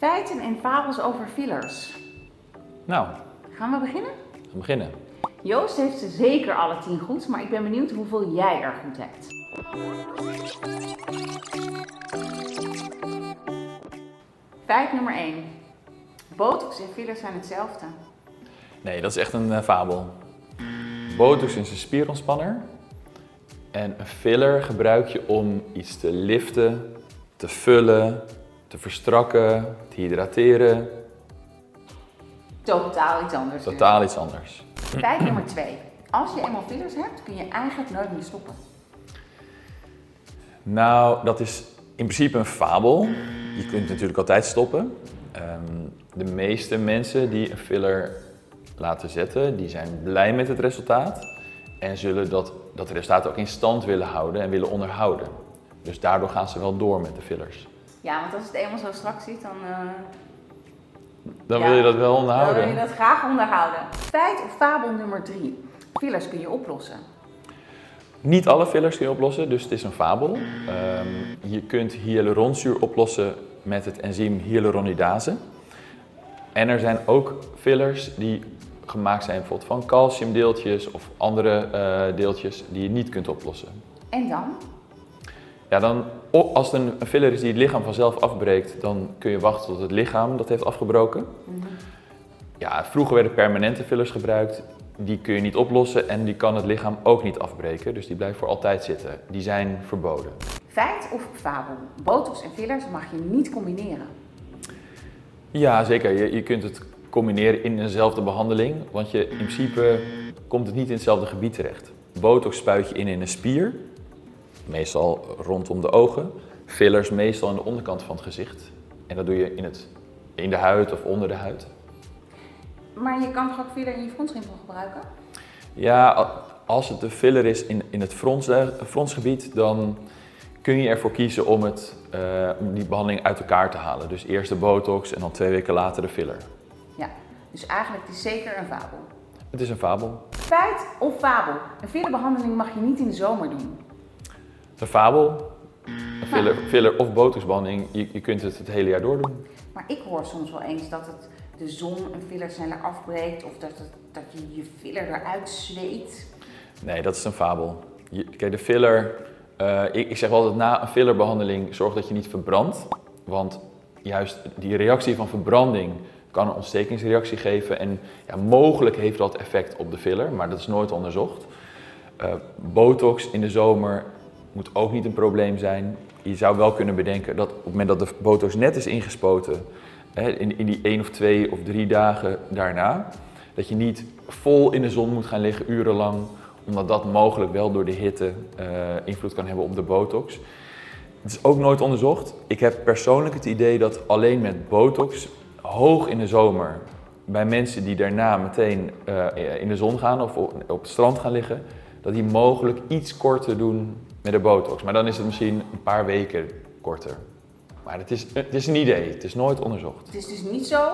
Feiten en fabels over fillers. Nou, Gaan we beginnen? we beginnen. Joost heeft ze zeker alle 10 goed, maar ik ben benieuwd hoeveel jij er goed hebt. Feit nummer 1. Botox en fillers zijn hetzelfde. Nee, dat is echt een fabel. Botox is een spierontspanner. En een filler gebruik je om iets te liften, te vullen, te verstrakken, te hydrateren. Totaal iets anders. Dus. Totaal iets anders. Feit nummer 2. Als je eenmaal fillers hebt, kun je eigenlijk nooit meer stoppen. Nou, dat is in principe een fabel. Je kunt natuurlijk altijd stoppen. De meeste mensen die een filler laten zetten, die zijn blij met het resultaat. En zullen dat resultaat ook in stand willen houden en willen onderhouden. Dus daardoor gaan ze wel door met de fillers. Ja, want als het eenmaal zo strak zit, Dan wil je dat wel onderhouden. Dan wil je dat graag onderhouden. Feit of fabel nummer 3. Fillers kun je oplossen. Niet alle fillers kun je oplossen, dus het is een fabel. Je kunt hyaluronzuur oplossen met het enzym hyaluronidase. En er zijn ook fillers die gemaakt zijn bijvoorbeeld van calciumdeeltjes of andere deeltjes die je niet kunt oplossen. En dan? Ja, dan, als het een filler is die het lichaam vanzelf afbreekt, dan kun je wachten tot het lichaam dat heeft afgebroken. Ja, vroeger werden permanente fillers gebruikt. Die kun je niet oplossen en die kan het lichaam ook niet afbreken. Dus die blijven voor altijd zitten. Die zijn verboden. Feit of fabel? Botox en fillers mag je niet combineren. Ja, zeker. Je kunt het combineren in eenzelfde behandeling. Want in principe komt het niet in hetzelfde gebied terecht. Botox spuit je in een spier. Meestal rondom de ogen. Fillers meestal aan de onderkant van het gezicht. En dat doe je in de huid of onder de huid. Maar je kan toch ook filler in je frontschimpel gebruiken? Ja, als het de filler is in het fronsgebied, dan kun je ervoor kiezen om die behandeling uit elkaar te halen. Dus eerst de botox en dan 2 weken later de filler. Ja, dus eigenlijk het is zeker een fabel. Het is een fabel. Feit of fabel? Een fillerbehandeling mag je niet in de zomer doen. Een fabel, een filler of botoxbehandeling, je kunt het hele jaar door doen. Maar ik hoor soms wel eens dat het de zon een filler sneller afbreekt of dat je je filler eruit zweet. Nee, dat is een fabel. Kijk, de filler, ik zeg wel altijd na een fillerbehandeling zorg dat je niet verbrandt. Want juist die reactie van verbranding kan een ontstekingsreactie geven. En ja, mogelijk heeft dat effect op de filler, maar dat is nooit onderzocht. Botox in de zomer moet ook niet een probleem zijn. Je zou wel kunnen bedenken dat op het moment dat de botox net is ingespoten, in die 1 of 2 of 3 dagen daarna, dat je niet vol in de zon moet gaan liggen urenlang, omdat dat mogelijk wel door de hitte invloed kan hebben op de botox. Het is ook nooit onderzocht. Ik heb persoonlijk het idee dat alleen met botox hoog in de zomer, bij mensen die daarna meteen in de zon gaan of op het strand gaan liggen, dat die mogelijk iets korter doen met de botox. Maar dan is het misschien een paar weken korter. Maar het is een idee, het is nooit onderzocht. Het is dus niet zo,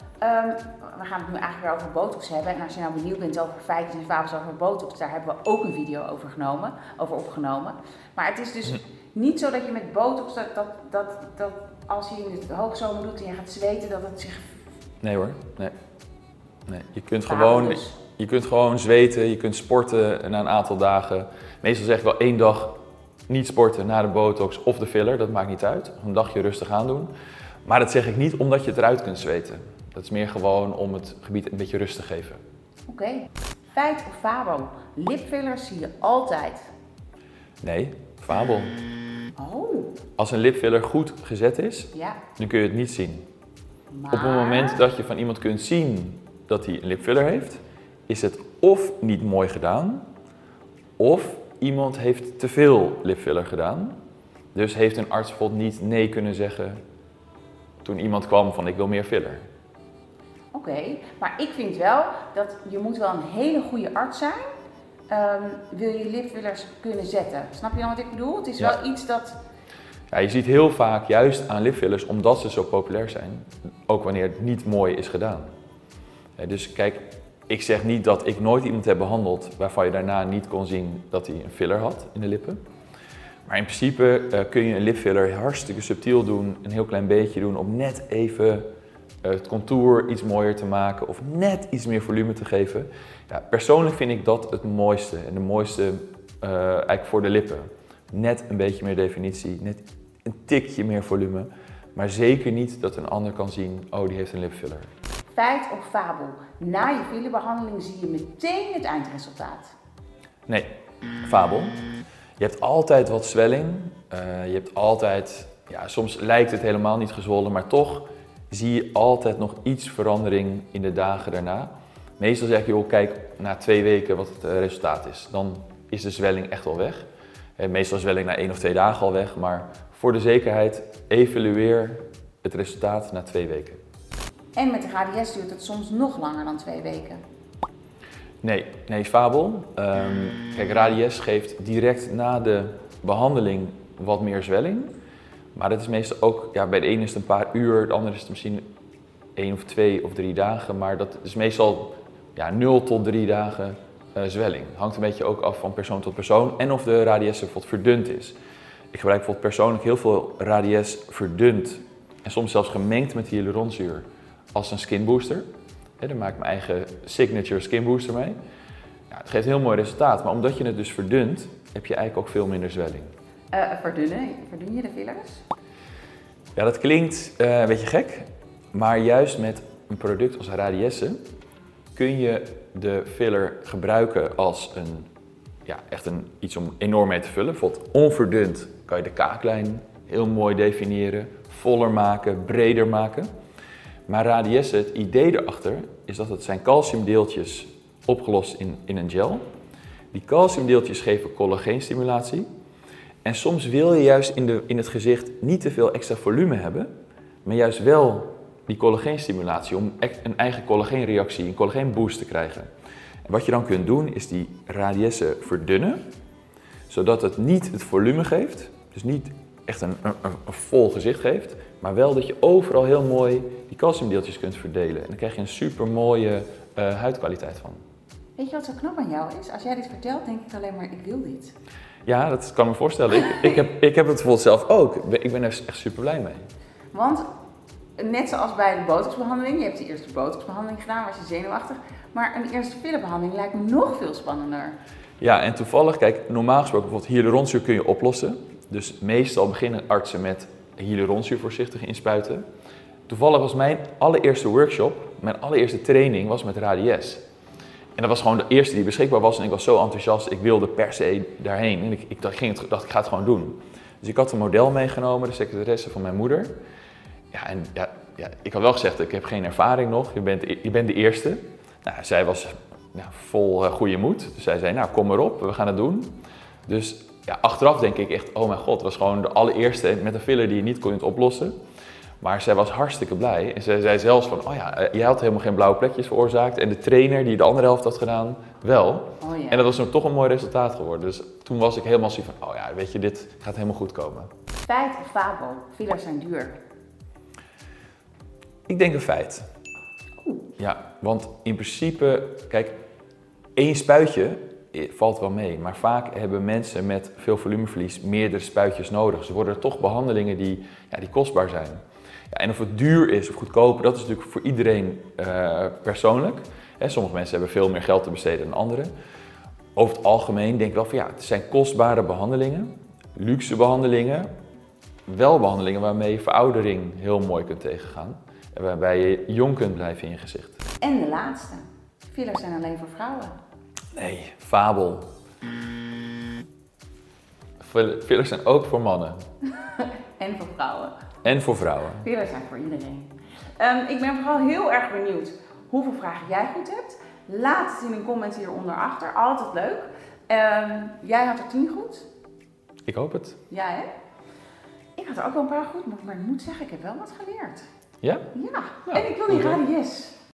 we gaan het nu eigenlijk weer over botox hebben. En als je nou benieuwd bent over feiten en fabels over botox, daar hebben we ook een video over opgenomen. Maar het is dus niet zo dat je met botox, dat als je in de hoogzomer doet en je gaat zweten, dat het zich... Nee hoor, nee. Je kunt Fabel dus. Je kunt gewoon zweten, je kunt sporten na een aantal dagen. Meestal zeg ik wel 1 dag niet sporten na de botox of de filler, dat maakt niet uit. Een dagje rustig aan doen. Maar dat zeg ik niet omdat je het eruit kunt zweten. Dat is meer gewoon om het gebied een beetje rust te geven. Oké. Feit of fabel? Lipfillers zie je altijd. Nee, fabel. Oh. Als een lipfiller goed gezet is, Ja. dan kun je het niet zien. Maar... Op het moment dat je van iemand kunt zien dat hij een lipfiller heeft, is het of niet mooi gedaan, of iemand heeft te veel lipfiller gedaan. Dus heeft een arts bijvoorbeeld niet nee kunnen zeggen toen iemand kwam van ik wil meer filler. Oké, maar ik vind wel dat je moet wel een hele goede arts zijn. Wil je lipfillers kunnen zetten. Snap je dan wat ik bedoel? Het is wel iets dat... Ja, je ziet heel vaak juist aan lipfillers, omdat ze zo populair zijn, ook wanneer het niet mooi is gedaan. Dus kijk, ik zeg niet dat ik nooit iemand heb behandeld waarvan je daarna niet kon zien dat hij een filler had in de lippen. Maar in principe kun je een lipfiller hartstikke subtiel doen, een heel klein beetje doen om net even het contour iets mooier te maken of net iets meer volume te geven. Ja, persoonlijk vind ik dat het mooiste en de mooiste eigenlijk voor de lippen. Net een beetje meer definitie, net een tikje meer volume, maar zeker niet dat een ander kan zien, oh die heeft een lipfiller. Feit of fabel? Na je fillerbehandeling zie je meteen het eindresultaat. Nee, fabel. Je hebt altijd wat zwelling, je hebt altijd, ja, soms lijkt het helemaal niet gezwollen, maar toch zie je altijd nog iets verandering in de dagen daarna. Meestal zeg je, joh, kijk na 2 weken wat het resultaat is. Dan is de zwelling echt wel weg. Meestal is zwelling na 1 of 2 dagen al weg, maar voor de zekerheid evalueer het resultaat na 2 weken. En met de radies duurt het soms nog langer dan 2 weken. Nee, fabel. Kijk, radies geeft direct na de behandeling wat meer zwelling. Maar dat is meestal ook, ja, bij de ene is het een paar uur, de andere is het misschien 1 of 2 of 3 dagen. Maar dat is meestal 0 tot 3 dagen zwelling. Hangt een beetje ook af van persoon tot persoon en of de radies bijvoorbeeld verdund is. Ik gebruik bijvoorbeeld persoonlijk heel veel radies verdund en soms zelfs gemengd met hyaluronzuur als een skin booster. Daar maak ik mijn eigen signature skin booster mee. Ja, het geeft een heel mooi resultaat, maar omdat je het dus verdunt, heb je eigenlijk ook veel minder zwelling. Verdun je de fillers? Ja, dat klinkt een beetje gek, maar juist met een product als Radiesse kun je de filler gebruiken als iets om enorm mee te vullen. Bijvoorbeeld onverdund kan je de kaaklijn heel mooi definiëren, voller maken, breder maken. Maar Radiesse, het idee erachter is dat het zijn calciumdeeltjes opgelost in een gel. Die calciumdeeltjes geven collageenstimulatie. En soms wil je juist in het gezicht niet te veel extra volume hebben, maar juist wel die collageenstimulatie om een eigen collageenreactie, een collageenboost te krijgen. En wat je dan kunt doen is die Radiesse verdunnen, zodat het niet het volume geeft, dus niet echt een vol gezicht geeft, maar wel dat je overal heel mooi die calciumdeeltjes kunt verdelen. En dan krijg je een super mooie huidkwaliteit van. Weet je wat zo knap aan jou is? Als jij dit vertelt, denk ik alleen maar, ik wil dit. Ja, dat kan ik me voorstellen. Ik heb het bijvoorbeeld zelf ook. Ik ben er echt super blij mee. Want net zoals bij de botoxbehandeling, je hebt de eerste botoxbehandeling gedaan, was je zenuwachtig. Maar een eerste fillerbehandeling lijkt me nog veel spannender. Ja, en toevallig, kijk, normaal gesproken bijvoorbeeld hyaluronzuur kun je oplossen. Dus meestal beginnen artsen met hyaluronzuur voorzichtig inspuiten. Toevallig was mijn allereerste workshop, mijn allereerste training was met Radiesse. En dat was gewoon de eerste die beschikbaar was en ik was zo enthousiast, ik wilde per se daarheen. En ik dacht, ik ga het gewoon doen. Dus ik had een model meegenomen, de secretaresse van mijn moeder. Ja, ik had wel gezegd, ik heb geen ervaring nog, je bent de eerste. Nou, zij was vol goede moed, dus zij zei, nou kom erop, we gaan het doen. Dus ja, achteraf denk ik echt, oh mijn god, het was gewoon de allereerste met een filler die je niet kon oplossen. Maar zij was hartstikke blij en zij zei zelfs van, oh ja, jij had helemaal geen blauwe plekjes veroorzaakt en de trainer die de andere helft had gedaan, wel. Oh ja. En dat was dan toch een mooi resultaat geworden. Dus toen was ik helemaal zo van, oh ja, weet je, dit gaat helemaal goed komen. Feit of fabel? Fillers zijn duur. Ik denk een feit. Ja, want in principe, kijk, 1 spuitje valt wel mee, maar vaak hebben mensen met veel volumeverlies meerdere spuitjes nodig. Dus er worden er toch behandelingen die kostbaar zijn. Ja, en of het duur is of goedkoop, dat is natuurlijk voor iedereen persoonlijk. Sommige mensen hebben veel meer geld te besteden dan anderen. Over het algemeen denk ik wel van ja, het zijn kostbare behandelingen, luxe behandelingen, wel behandelingen waarmee je veroudering heel mooi kunt tegengaan. En waarbij je jong kunt blijven in je gezicht. En de laatste. Fillers zijn alleen voor vrouwen. Nee, fabel. Fillers zijn ook voor mannen. En voor vrouwen. En voor vrouwen. Fillers zijn voor iedereen. Ik ben vooral heel erg benieuwd hoeveel vragen jij goed hebt. Laat het in een comment hieronder achter. Altijd leuk. Jij had er 10 goed. Ik hoop het. Ja, hè? Ik had er ook wel een paar goed, maar ik moet zeggen, ik heb wel wat geleerd. Ja? Ja. Nou, En ik wil die Radiesse.